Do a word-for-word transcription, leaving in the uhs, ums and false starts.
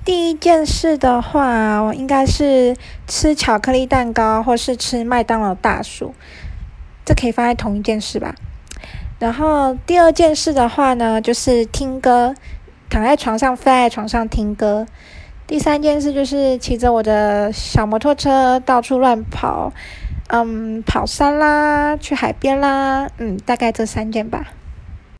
第一件事的话，我应该是吃巧克力蛋糕，或是吃麦当劳大薯，这可以放在同一件事吧。然后第二件事的话呢，就是听歌，躺在床上，飞在床上听歌。第三件事就是骑着我的小摩托车到处乱跑，嗯，跑山啦，去海边啦，嗯，大概这三件吧。